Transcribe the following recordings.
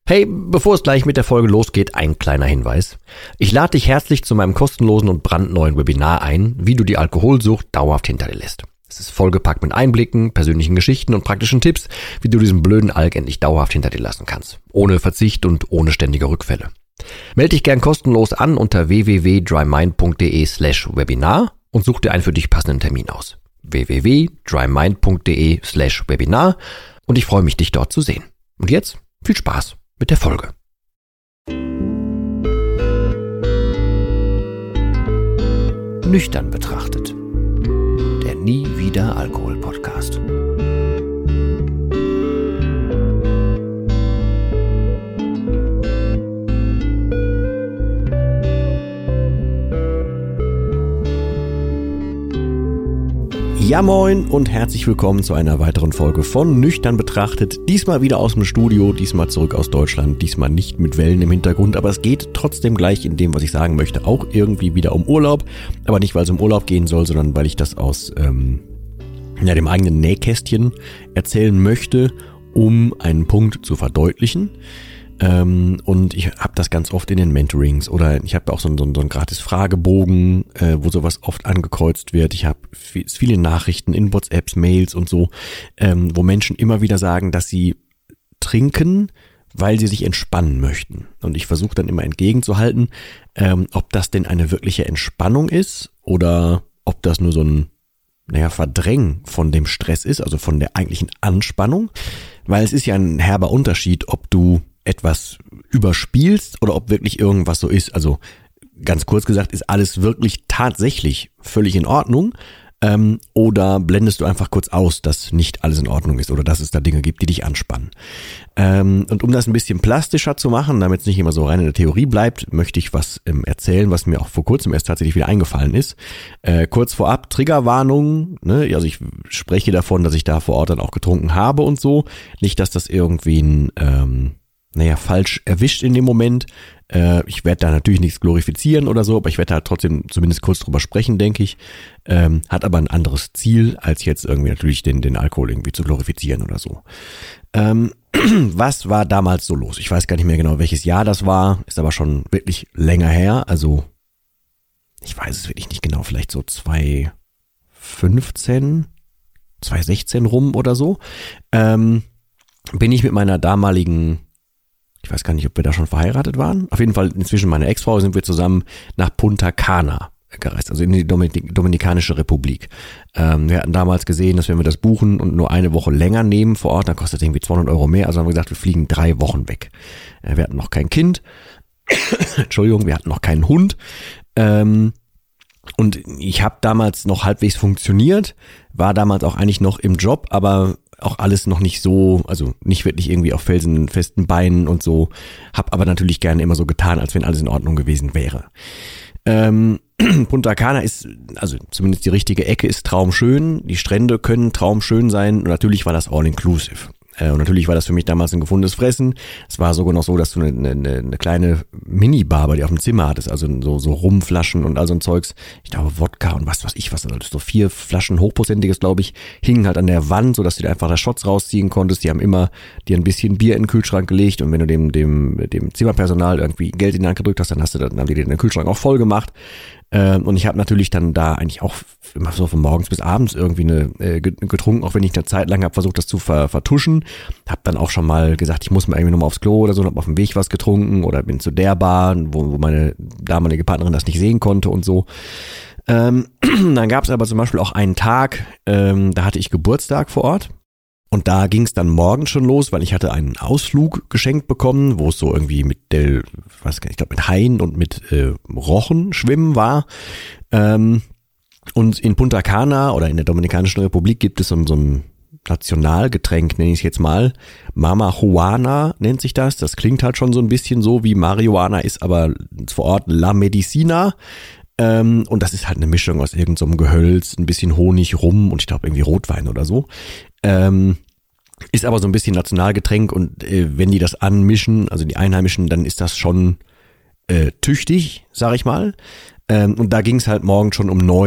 Hey, bevor es gleich mit der Folge losgeht, ein kleiner Hinweis. Ich lade dich herzlich zu meinem kostenlosen und brandneuen Webinar ein, wie du die Alkoholsucht dauerhaft hinter dir lässt. Es ist vollgepackt mit Einblicken, persönlichen Geschichten und praktischen Tipps, wie du diesen blöden Alk endlich dauerhaft hinter dir lassen kannst. Ohne Verzicht und ohne ständige Rückfälle. Melde dich gern kostenlos an unter www.drymind.de/Webinar und such dir einen für dich passenden Termin aus. www.drymind.de/Webinar und ich freue mich, dich dort zu sehen. Und jetzt viel Spaß mit der Folge. Nüchtern betrachtet. Der Nie wieder Alkohol Podcast. Ja moin und herzlich willkommen zu einer weiteren Folge von Nüchtern betrachtet. Diesmal wieder aus dem Studio, diesmal zurück aus Deutschland, diesmal nicht mit Wellen im Hintergrund, aber es geht trotzdem gleich in dem, was ich sagen möchte, auch irgendwie wieder um Urlaub. Aber nicht, weil es um Urlaub gehen soll, sondern weil ich das aus dem eigenen Nähkästchen erzählen möchte, um einen Punkt zu verdeutlichen. Und ich habe das ganz oft in den Mentorings oder ich habe auch so einen gratis Fragebogen, wo sowas oft angekreuzt wird. Ich habe viele Nachrichten in WhatsApps, Mails und so, wo Menschen immer wieder sagen, dass sie trinken, weil sie sich entspannen möchten. Und ich versuche dann immer entgegenzuhalten, ob das denn eine wirkliche Entspannung ist oder ob das nur so ein Verdrängen von dem Stress ist, also von der eigentlichen Anspannung. Weil es ist ja ein herber Unterschied, ob du etwas überspielst oder ob wirklich irgendwas so ist. Also ganz kurz gesagt, ist alles wirklich tatsächlich völlig in Ordnung oder blendest du einfach kurz aus, dass nicht alles in Ordnung ist oder dass es da Dinge gibt, die dich anspannen. Und um das ein bisschen plastischer zu machen, damit es nicht immer so rein in der Theorie bleibt, möchte ich was erzählen, was mir auch vor kurzem erst tatsächlich wieder eingefallen ist. Kurz vorab, Triggerwarnung, ne? Also ich spreche davon, dass ich da vor Ort dann auch getrunken habe und so. Nicht, dass das irgendwie falsch erwischt in dem Moment. Ich werde da natürlich nichts glorifizieren oder so, aber ich werde da trotzdem zumindest kurz drüber sprechen, denke ich. Hat aber ein anderes Ziel, als jetzt irgendwie natürlich den Alkohol irgendwie zu glorifizieren oder so. Was war damals so los? Ich weiß gar nicht mehr genau, welches Jahr das war, ist aber schon wirklich länger her. Also ich weiß es wirklich nicht genau, vielleicht so 2015, 2016 rum oder so. Bin ich mit meiner damaligen, ich weiß gar nicht, ob wir da schon verheiratet waren. Auf jeden Fall inzwischen meine Ex-Frau, sind wir zusammen nach Punta Cana gereist, also in die Dominikanische Republik. Wir hatten damals gesehen, dass wenn wir das buchen und nur eine Woche länger nehmen vor Ort, dann kostet es irgendwie 200 Euro mehr. Also haben wir gesagt, wir fliegen 3 Wochen weg. Wir hatten noch kein Kind. Entschuldigung, wir hatten noch keinen Hund. Und ich habe damals noch halbwegs funktioniert, war damals auch eigentlich noch im Job, aber auch alles noch nicht so, also nicht wirklich irgendwie auf felsenfesten Beinen und so, hab aber natürlich gerne immer so getan, als wenn alles in Ordnung gewesen wäre. Punta Cana ist, also zumindest die richtige Ecke ist traumschön, die Strände können traumschön sein und natürlich war das all-inclusive. Und natürlich war das für mich damals ein gefundenes Fressen. Es war sogar noch so, dass du eine kleine Minibar bei dir auf dem Zimmer hattest, also so Rumflaschen und all so ein Zeugs. Ich glaube Wodka und was weiß ich was, also so 4 Flaschen hochprozentiges, glaube ich, hingen halt an der Wand, so dass du dir einfach da Shots rausziehen konntest. Die haben immer dir ein bisschen Bier in den Kühlschrank gelegt und wenn du dem Zimmerpersonal irgendwie Geld in die Hand gedrückt hast, dann haben die den Kühlschrank auch voll gemacht. Und ich habe natürlich dann da eigentlich auch immer so von morgens bis abends irgendwie getrunken, auch wenn ich eine Zeit lang habe versucht, das zu vertuschen. Habe dann auch schon mal gesagt, ich muss mal irgendwie nochmal aufs Klo oder so, habe auf dem Weg was getrunken oder bin zu der Bar, wo meine damalige Partnerin das nicht sehen konnte und so. Dann gab es aber zum Beispiel auch einen Tag, da hatte ich Geburtstag vor Ort. Und da ging es dann morgens schon los, weil ich hatte einen Ausflug geschenkt bekommen, wo es so irgendwie mit mit Haien und mit Rochen schwimmen war. Und in Punta Cana oder in der Dominikanischen Republik gibt es so ein Nationalgetränk, nenne ich es jetzt mal. Mamajuana nennt sich das. Das klingt halt schon so ein bisschen so wie Marihuana, ist aber vor Ort La Medicina. Und das ist halt eine Mischung aus irgendeinem Gehölz, ein bisschen Honig, Rum und ich glaube irgendwie Rotwein oder so. Ist aber so ein bisschen Nationalgetränk und wenn die das anmischen, also die Einheimischen, dann ist das schon tüchtig, sag ich mal. Und da ging es halt morgens schon um 9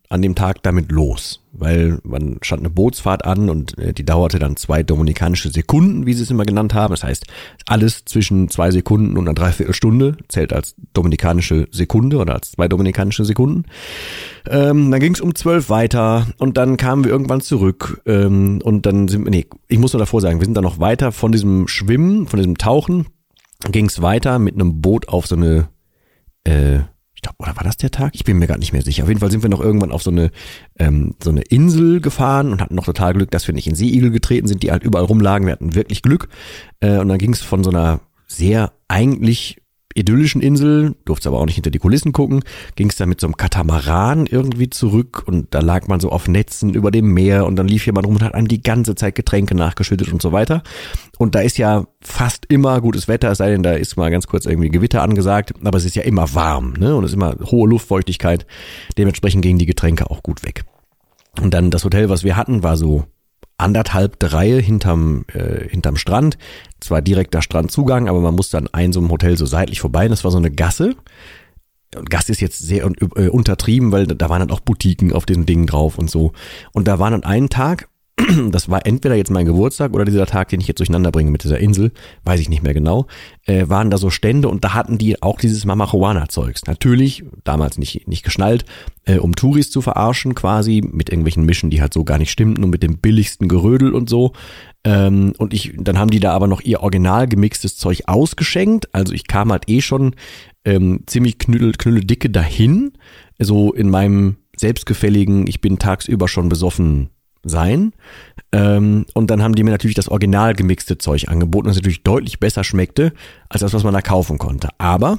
an dem Tag damit los, weil man stand eine Bootsfahrt an und die dauerte dann 2 dominikanische Sekunden, wie sie es immer genannt haben. Das heißt, alles zwischen 2 Sekunden und einer Dreiviertelstunde zählt als dominikanische Sekunde oder als 2 dominikanische Sekunden. Dann ging es um 12 weiter und dann kamen wir irgendwann zurück und dann ich muss nur davor sagen, wir sind dann noch weiter von diesem Schwimmen, von diesem Tauchen, ging es weiter mit einem Boot auf so eine ich glaube, oder war das der Tag? Ich bin mir gar nicht mehr sicher. Auf jeden Fall sind wir noch irgendwann auf so eine Insel gefahren und hatten noch total Glück, dass wir nicht in Seeigel getreten sind, die halt überall rumlagen. Wir hatten wirklich Glück. Und dann ging es von so einer sehr eigentlich idyllischen Insel, durfte aber auch nicht hinter die Kulissen gucken, ging es dann mit so einem Katamaran irgendwie zurück und da lag man so auf Netzen über dem Meer und dann lief jemand rum und hat einem die ganze Zeit Getränke nachgeschüttet und so weiter. Und da ist ja fast immer gutes Wetter, es sei denn, da ist mal ganz kurz irgendwie Gewitter angesagt, aber es ist ja immer warm, ne? Und es ist immer hohe Luftfeuchtigkeit, dementsprechend gingen die Getränke auch gut weg. Und dann das Hotel, was wir hatten, war so 1,5 Reihe hinterm Strand. Zwar direkter Strandzugang, aber man musste an einem so einem Hotel so seitlich vorbei. Und das war so eine Gasse. Und Gasse ist jetzt sehr untertrieben, weil da waren dann auch Boutiquen auf diesem Ding drauf und so. Und da waren an einem Tag, das war entweder jetzt mein Geburtstag oder dieser Tag, den ich jetzt durcheinander bringe mit dieser Insel, weiß ich nicht mehr genau, waren da so Stände und da hatten die auch dieses Mamajuana-Zeugs. Natürlich, damals nicht geschnallt, um Touris zu verarschen quasi, mit irgendwelchen Mischen, die halt so gar nicht stimmten und mit dem billigsten Gerödel und so. Dann haben die da aber noch ihr original gemixtes Zeug ausgeschenkt. Also ich kam halt schon ziemlich knülledicke dahin, so in meinem selbstgefälligen, ich bin tagsüber schon besoffen sein. Und dann haben die mir natürlich das original gemixte Zeug angeboten, das natürlich deutlich besser schmeckte, als das, was man da kaufen konnte. Aber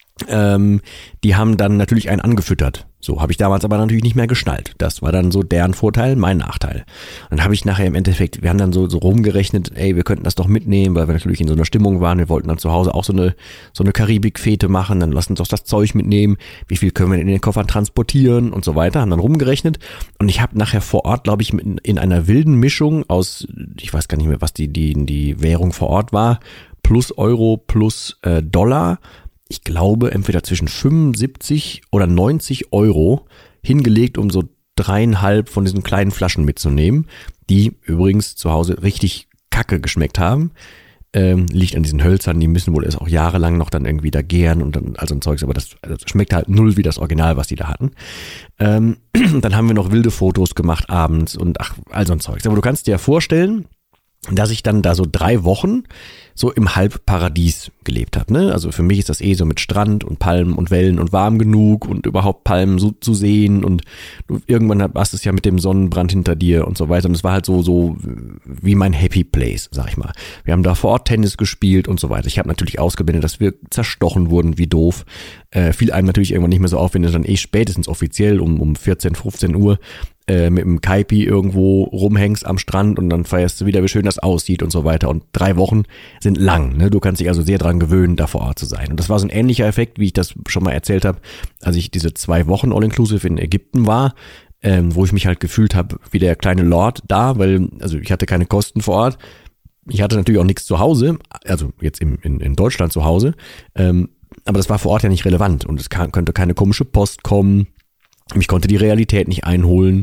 die haben dann natürlich einen angefüttert. So habe ich damals aber natürlich nicht mehr geschnallt. Das war dann so deren Vorteil, mein Nachteil. Und dann habe ich nachher im Endeffekt, wir haben dann so rumgerechnet, wir könnten das doch mitnehmen, weil wir natürlich in so einer Stimmung waren. Wir wollten dann zu Hause auch so eine Karibik-Fete machen, dann lass uns doch das Zeug mitnehmen. Wie viel können wir in den Koffern transportieren und so weiter. Haben dann rumgerechnet und ich habe nachher vor Ort, glaube ich, in einer wilden Mischung aus, ich weiß gar nicht mehr, was die Währung vor Ort war, plus Euro plus Dollar, ich glaube, entweder zwischen 75 oder 90 Euro hingelegt, um so 3,5 von diesen kleinen Flaschen mitzunehmen, die übrigens zu Hause richtig kacke geschmeckt haben. Liegt an diesen Hölzern, die müssen wohl erst auch jahrelang noch dann irgendwie da gären und dann also ein Zeugs, aber das schmeckt halt null wie das Original, was die da hatten. Dann haben wir noch wilde Fotos gemacht abends und all so ein Zeugs. Aber du kannst dir ja vorstellen, dass ich dann da so 3 Wochen so im Halbparadies gelebt habe, ne? Also für mich ist das so mit Strand und Palmen und Wellen und warm genug und überhaupt Palmen so zu sehen und irgendwann hast du es ja mit dem Sonnenbrand hinter dir und so weiter und es war halt so wie mein Happy Place, sag ich mal. Wir haben da vor Ort Tennis gespielt und so weiter. Ich habe natürlich ausgeblendet, dass wir zerstochen wurden, wie doof. Fiel einem natürlich irgendwann nicht mehr so auf, wenn du dann spätestens offiziell um 14, 15 Uhr mit dem Kaipi irgendwo rumhängst am Strand und dann feierst du wieder, wie schön das aussieht und so weiter. Und 3 Wochen sind lang, ne? Du kannst dich also sehr dran gewöhnen, da vor Ort zu sein. Und das war so ein ähnlicher Effekt, wie ich das schon mal erzählt habe, als ich diese 2 Wochen All-Inclusive in Ägypten war, wo ich mich halt gefühlt habe wie der kleine Lord da, weil also ich hatte keine Kosten vor Ort. Ich hatte natürlich auch nichts zu Hause, also jetzt in Deutschland zu Hause, aber das war vor Ort ja nicht relevant und es könnte keine komische Post kommen. Mich konnte die Realität nicht einholen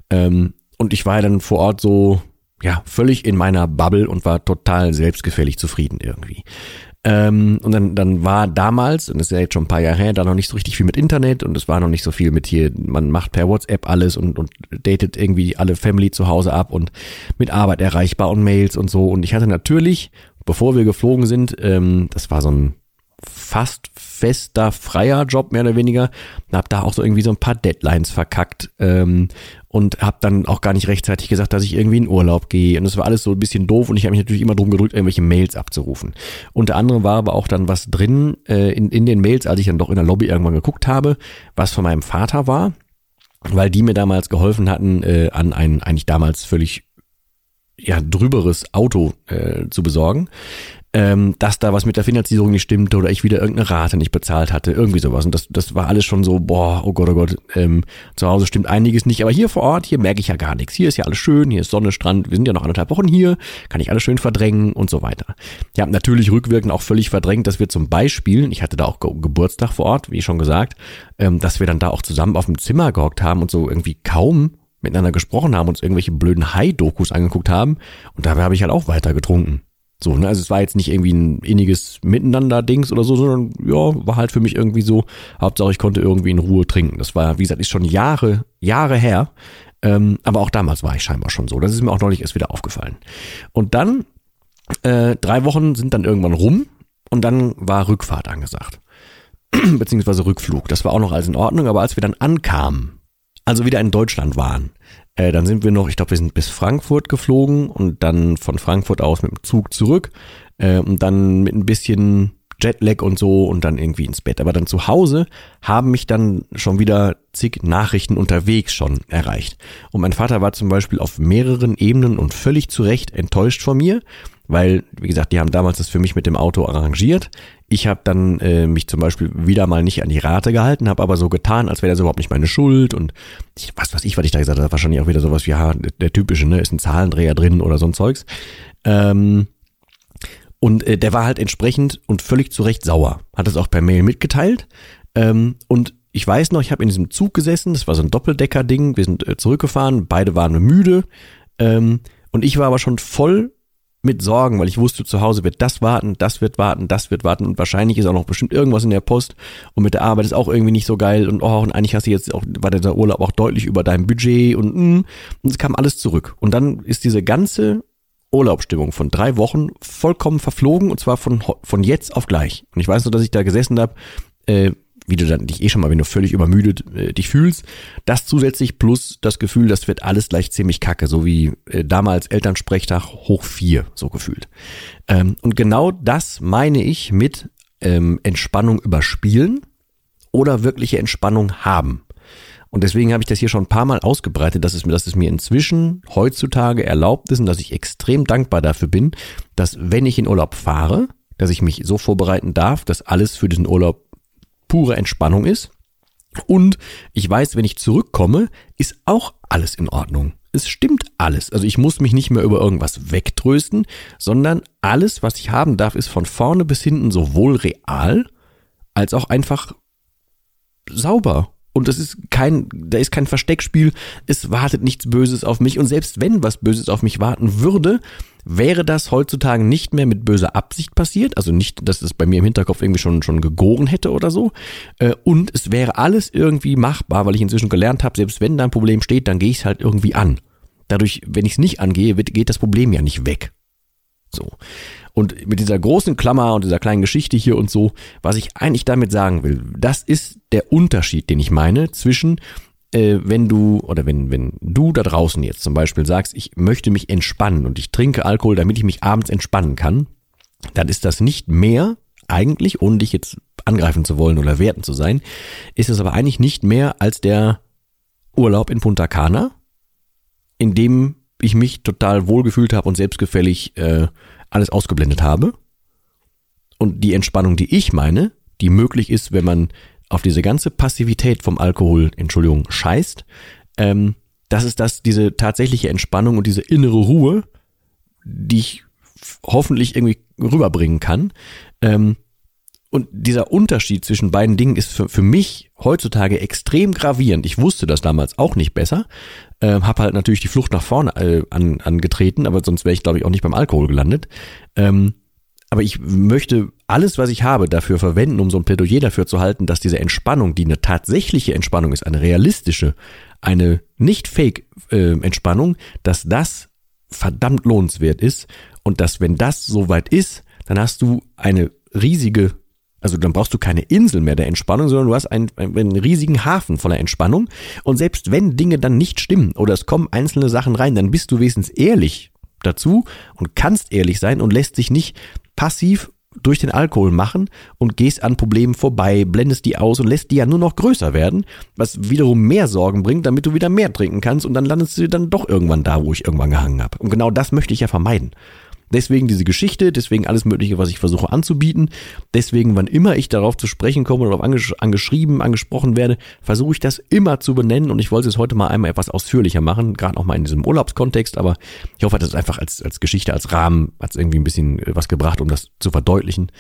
und ich war ja dann vor Ort so völlig in meiner Bubble und war total selbstgefällig zufrieden irgendwie. Und dann war damals, und das ist ja jetzt schon ein paar Jahre her, da noch nicht so richtig viel mit Internet und es war noch nicht so viel mit hier, man macht per WhatsApp alles und datet irgendwie alle Family zu Hause ab und mit Arbeit erreichbar und Mails und so. Und ich hatte natürlich, bevor wir geflogen sind, das war so ein fast fester, freier Job, mehr oder weniger. Hab da auch so irgendwie so ein paar Deadlines verkackt und hab dann auch gar nicht rechtzeitig gesagt, dass ich irgendwie in Urlaub gehe. Und das war alles so ein bisschen doof und ich habe mich natürlich immer drum gedrückt, irgendwelche Mails abzurufen. Unter anderem war aber auch dann was drin in den Mails, als ich dann doch in der Lobby irgendwann geguckt habe, was von meinem Vater war, weil die mir damals geholfen hatten, an ein eigentlich damals völlig drüberes Auto zu besorgen. dass da was mit der Finanzierung nicht stimmte oder ich wieder irgendeine Rate nicht bezahlt hatte, irgendwie sowas. Und das war alles schon so, boah, oh Gott, zu Hause stimmt einiges nicht, aber hier vor Ort, hier merke ich ja gar nichts. Hier ist ja alles schön, hier ist Sonne, Strand, wir sind ja noch 1,5 Wochen hier, kann ich alles schön verdrängen und so weiter. Ich habe natürlich rückwirkend auch völlig verdrängt, dass wir zum Beispiel, ich hatte da auch Geburtstag vor Ort, wie schon gesagt, dass wir dann da auch zusammen auf dem Zimmer gehockt haben und so irgendwie kaum miteinander gesprochen haben, uns irgendwelche blöden Hai-Dokus angeguckt haben und dabei habe ich halt auch weiter getrunken. So, ne, also es war jetzt nicht irgendwie ein inniges Miteinander-Dings oder so, sondern ja, war halt für mich irgendwie so, Hauptsache ich konnte irgendwie in Ruhe trinken. Das war, wie gesagt, ist schon Jahre her, aber auch damals war ich scheinbar schon so. Das ist mir auch neulich erst wieder aufgefallen. Und dann, 3 Wochen sind dann irgendwann rum und dann war Rückfahrt angesagt. Beziehungsweise Rückflug. Das war auch noch alles in Ordnung, aber als wir dann ankamen, also wieder in Deutschland waren, dann sind wir noch, ich glaube, wir sind bis Frankfurt geflogen und dann von Frankfurt aus mit dem Zug zurück und dann mit ein bisschen Jetlag und so und dann irgendwie ins Bett. Aber dann zu Hause haben mich dann schon wieder zig Nachrichten unterwegs schon erreicht. Und mein Vater war zum Beispiel auf mehreren Ebenen und völlig zu Recht enttäuscht von mir, weil, wie gesagt, die haben damals das für mich mit dem Auto arrangiert. Ich habe dann mich zum Beispiel wieder mal nicht an die Rate gehalten, habe aber so getan, als wäre das überhaupt nicht meine Schuld und was ich da gesagt habe, wahrscheinlich auch wieder sowas wie, ja, der typische, ne, ist ein Zahlendreher drin oder so ein Zeugs. Und der war halt entsprechend und völlig zu Recht sauer. Hat es auch per Mail mitgeteilt. Und ich weiß noch, ich habe in diesem Zug gesessen, das war so ein Doppeldecker-Ding, wir sind zurückgefahren, beide waren müde. Und ich war aber schon voll mit Sorgen, weil ich wusste, zu Hause wird das warten, das wird warten, das wird warten und wahrscheinlich ist auch noch bestimmt irgendwas in der Post und mit der Arbeit ist auch irgendwie nicht so geil und und eigentlich hast du jetzt auch, war der Urlaub auch deutlich über deinem Budget und es kam alles zurück. Und dann ist diese ganze Urlaubsstimmung von 3 Wochen vollkommen verflogen und zwar von jetzt auf gleich. Und ich weiß nur, dass ich da gesessen habe, wie du dann dich schon mal, wenn du völlig übermüdet dich fühlst, das zusätzlich plus das Gefühl, das wird alles gleich ziemlich kacke, so wie damals Elternsprechtag hoch 4, so gefühlt. Und genau das meine ich mit Entspannung überspielen oder wirkliche Entspannung haben. Und deswegen habe ich das hier schon ein paar Mal ausgebreitet, dass es mir inzwischen heutzutage erlaubt ist und dass ich extrem dankbar dafür bin, dass wenn ich in Urlaub fahre, dass ich mich so vorbereiten darf, dass alles für diesen Urlaub pure Entspannung ist. Und ich weiß, wenn ich zurückkomme, ist auch alles in Ordnung. Es stimmt alles. Also ich muss mich nicht mehr über irgendwas wegtrösten, sondern alles, was ich haben darf, ist von vorne bis hinten sowohl real als auch einfach sauber. Und da ist kein Versteckspiel, es wartet nichts Böses auf mich und selbst wenn was Böses auf mich warten würde, wäre das heutzutage nicht mehr mit böser Absicht passiert, also nicht, dass es bei mir im Hinterkopf irgendwie schon gegoren hätte oder so und es wäre alles irgendwie machbar, weil ich inzwischen gelernt habe, selbst wenn da ein Problem steht, dann gehe ich es halt irgendwie an. Dadurch, wenn ich es nicht angehe, geht das Problem ja nicht weg. So. Und mit dieser großen Klammer und dieser kleinen Geschichte hier und so, was ich eigentlich damit sagen will, das ist der Unterschied, den ich meine, zwischen wenn du da draußen jetzt zum Beispiel sagst, ich möchte mich entspannen und ich trinke Alkohol, damit ich mich abends entspannen kann, dann ist das nicht mehr eigentlich, ohne dich jetzt angreifen zu wollen oder werten zu sein, ist es aber eigentlich nicht mehr als der Urlaub in Punta Cana, in dem ich mich total wohlgefühlt habe und selbstgefällig alles ausgeblendet habe. Und die Entspannung, die ich meine, die möglich ist, wenn man auf diese ganze Passivität vom Alkohol, scheißt, das ist diese tatsächliche Entspannung und diese innere Ruhe, die ich hoffentlich irgendwie rüberbringen kann. Und dieser Unterschied zwischen beiden Dingen ist für mich heutzutage extrem gravierend. Ich wusste das damals auch nicht besser, habe halt natürlich die Flucht nach vorne angetreten, aber sonst wäre ich, glaube ich, auch nicht beim Alkohol gelandet. Aber ich möchte alles, was ich habe, dafür verwenden, um so ein Plädoyer dafür zu halten, dass diese Entspannung, die eine tatsächliche Entspannung ist, eine realistische, eine nicht fake Entspannung, dass das verdammt lohnenswert ist und dass, wenn das soweit ist, dann hast du eine riesige, also dann brauchst du keine Insel mehr der Entspannung, sondern du hast einen riesigen Hafen voller Entspannung und selbst wenn Dinge dann nicht stimmen oder es kommen einzelne Sachen rein, dann bist du wenigstens ehrlich dazu und kannst ehrlich sein und lässt dich nicht passiv durch den Alkohol machen und gehst an Problemen vorbei, blendest die aus und lässt die ja nur noch größer werden, was wiederum mehr Sorgen bringt, damit du wieder mehr trinken kannst und dann landest du dann doch irgendwann da, wo ich irgendwann gehangen habe. Und genau das möchte ich ja vermeiden. Deswegen diese Geschichte, deswegen alles Mögliche, was ich versuche anzubieten. Deswegen, wann immer ich darauf zu sprechen komme oder darauf angesprochen werde, versuche ich das immer zu benennen. Und ich wollte es heute mal einmal etwas ausführlicher machen, gerade auch mal in diesem Urlaubskontext. Aber ich hoffe, das ist einfach als Geschichte, als Rahmen, hat es irgendwie ein bisschen was gebracht, um das zu verdeutlichen.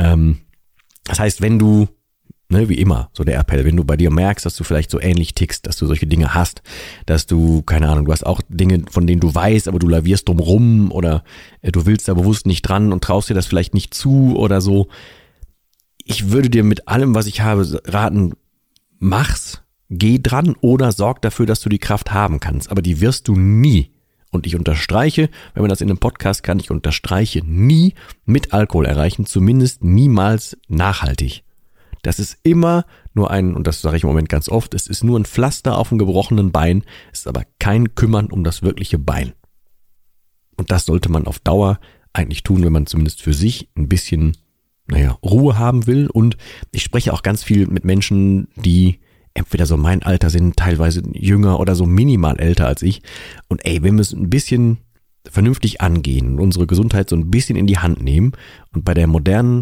Das heißt, wenn du, wie immer, so der Appell, wenn du bei dir merkst, dass du vielleicht so ähnlich tickst, dass du solche Dinge hast, dass du, keine Ahnung, du hast auch Dinge, von denen du weißt, aber du lavierst drum rum oder du willst da bewusst nicht dran und traust dir das vielleicht nicht zu oder so. Ich würde dir mit allem, was ich habe, raten, mach's, geh dran oder sorg dafür, dass du die Kraft haben kannst, aber die wirst du nie. Und ich unterstreiche, wenn man das in einem Podcast kann, ich unterstreiche nie mit Alkohol erreichen, zumindest niemals nachhaltig. Das ist immer nur und das sage ich im Moment ganz oft, es ist nur ein Pflaster auf dem gebrochenen Bein, es ist aber kein Kümmern um das wirkliche Bein. Und das sollte man auf Dauer eigentlich tun, wenn man zumindest für sich ein bisschen, Ruhe haben will. Und ich spreche auch ganz viel mit Menschen, die entweder so mein Alter sind, teilweise jünger oder so minimal älter als ich. Und wir müssen ein bisschen vernünftig angehen und unsere Gesundheit so ein bisschen in die Hand nehmen. Und bei dem modernen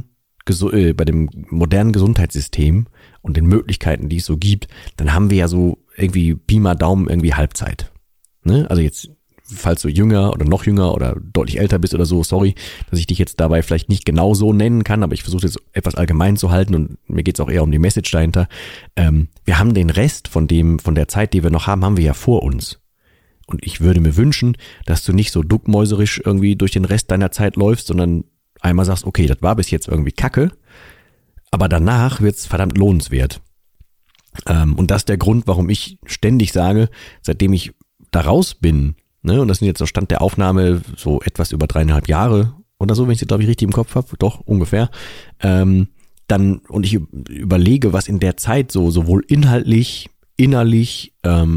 Gesundheitssystem und den Möglichkeiten, die es so gibt, dann haben wir ja so irgendwie Pi mal Daumen irgendwie Halbzeit. Ne? Also jetzt, falls du jünger oder noch jünger oder deutlich älter bist oder so, sorry, dass ich dich jetzt dabei vielleicht nicht genau so nennen kann, aber ich versuche jetzt etwas allgemein zu halten und mir geht es auch eher um die Message dahinter. Wir haben den Rest von der Zeit, die wir noch haben wir ja vor uns. Und ich würde mir wünschen, dass du nicht so duckmäuserisch irgendwie durch den Rest deiner Zeit läufst, sondern einmal sagst, okay, das war bis jetzt irgendwie Kacke, aber danach wird's verdammt lohnenswert. Und das ist der Grund, warum ich ständig sage, seitdem ich da raus bin, und das sind jetzt so Stand der Aufnahme so etwas über 3,5 Jahre oder so, wenn ich es, glaube ich, richtig im Kopf habe, doch ungefähr, und ich überlege, was in der Zeit so sowohl inhaltlich, innerlich,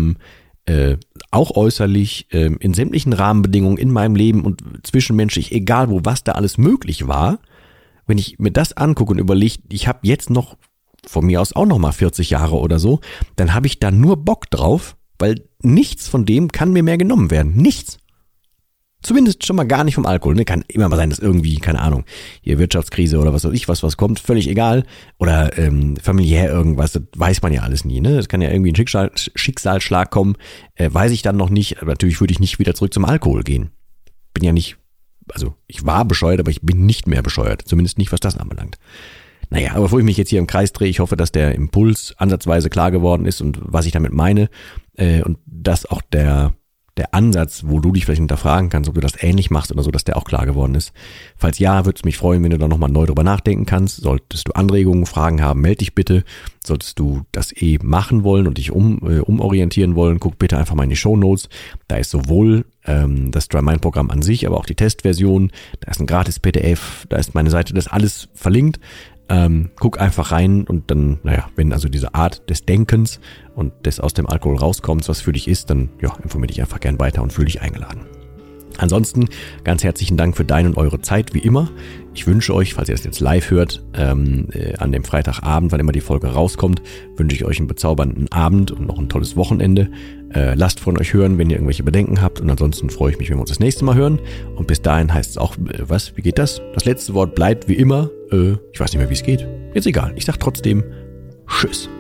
auch äußerlich, in sämtlichen Rahmenbedingungen in meinem Leben und zwischenmenschlich, egal was da alles möglich war, wenn ich mir das angucke und überlege, ich habe jetzt noch von mir aus auch noch mal 40 Jahre oder so, dann habe ich da nur Bock drauf, weil nichts von dem kann mir mehr genommen werden. Nichts. Zumindest schon mal gar nicht vom Alkohol. Ne? Kann immer mal sein, dass irgendwie, keine Ahnung, hier Wirtschaftskrise oder was weiß ich, was kommt, völlig egal. Oder familiär irgendwas, das weiß man ja alles nie. Ne? Es kann ja irgendwie ein Schicksalsschlag kommen, weiß ich dann noch nicht. Aber natürlich würde ich nicht wieder zurück zum Alkohol gehen. Bin ja nicht, also ich war bescheuert, aber ich bin nicht mehr bescheuert. Zumindest nicht, was das anbelangt. Naja, aber bevor ich mich jetzt hier im Kreis drehe, ich hoffe, dass der Impuls ansatzweise klar geworden ist und was ich damit meine. Und dass auch der Ansatz, wo du dich vielleicht hinterfragen kannst, ob du das ähnlich machst oder so, dass der auch klar geworden ist. Falls ja, würde es mich freuen, wenn du da nochmal neu drüber nachdenken kannst. Solltest du Anregungen, Fragen haben, melde dich bitte. Solltest du das machen wollen und dich umorientieren wollen, guck bitte einfach mal in die Shownotes. Da ist sowohl das Dry-Mind-Programm an sich, aber auch die Testversion. Da ist ein gratis PDF, da ist meine Seite, das ist alles verlinkt. Guck einfach rein und dann, wenn also diese Art des Denkens und des aus dem Alkohol rauskommens, was für dich ist, dann informier dich einfach gern weiter und fühl dich eingeladen. Ansonsten ganz herzlichen Dank für deine und eure Zeit, wie immer. Ich wünsche euch, falls ihr das jetzt live hört, an dem Freitagabend, wann immer die Folge rauskommt, wünsche ich euch einen bezaubernden Abend und noch ein tolles Wochenende. Lasst von euch hören, wenn ihr irgendwelche Bedenken habt, und ansonsten freue ich mich, wenn wir uns das nächste Mal hören. Und bis dahin heißt es auch, wie geht das? Das letzte Wort bleibt wie immer, ich weiß nicht mehr, wie es geht. Jetzt egal, ich sag trotzdem Tschüss.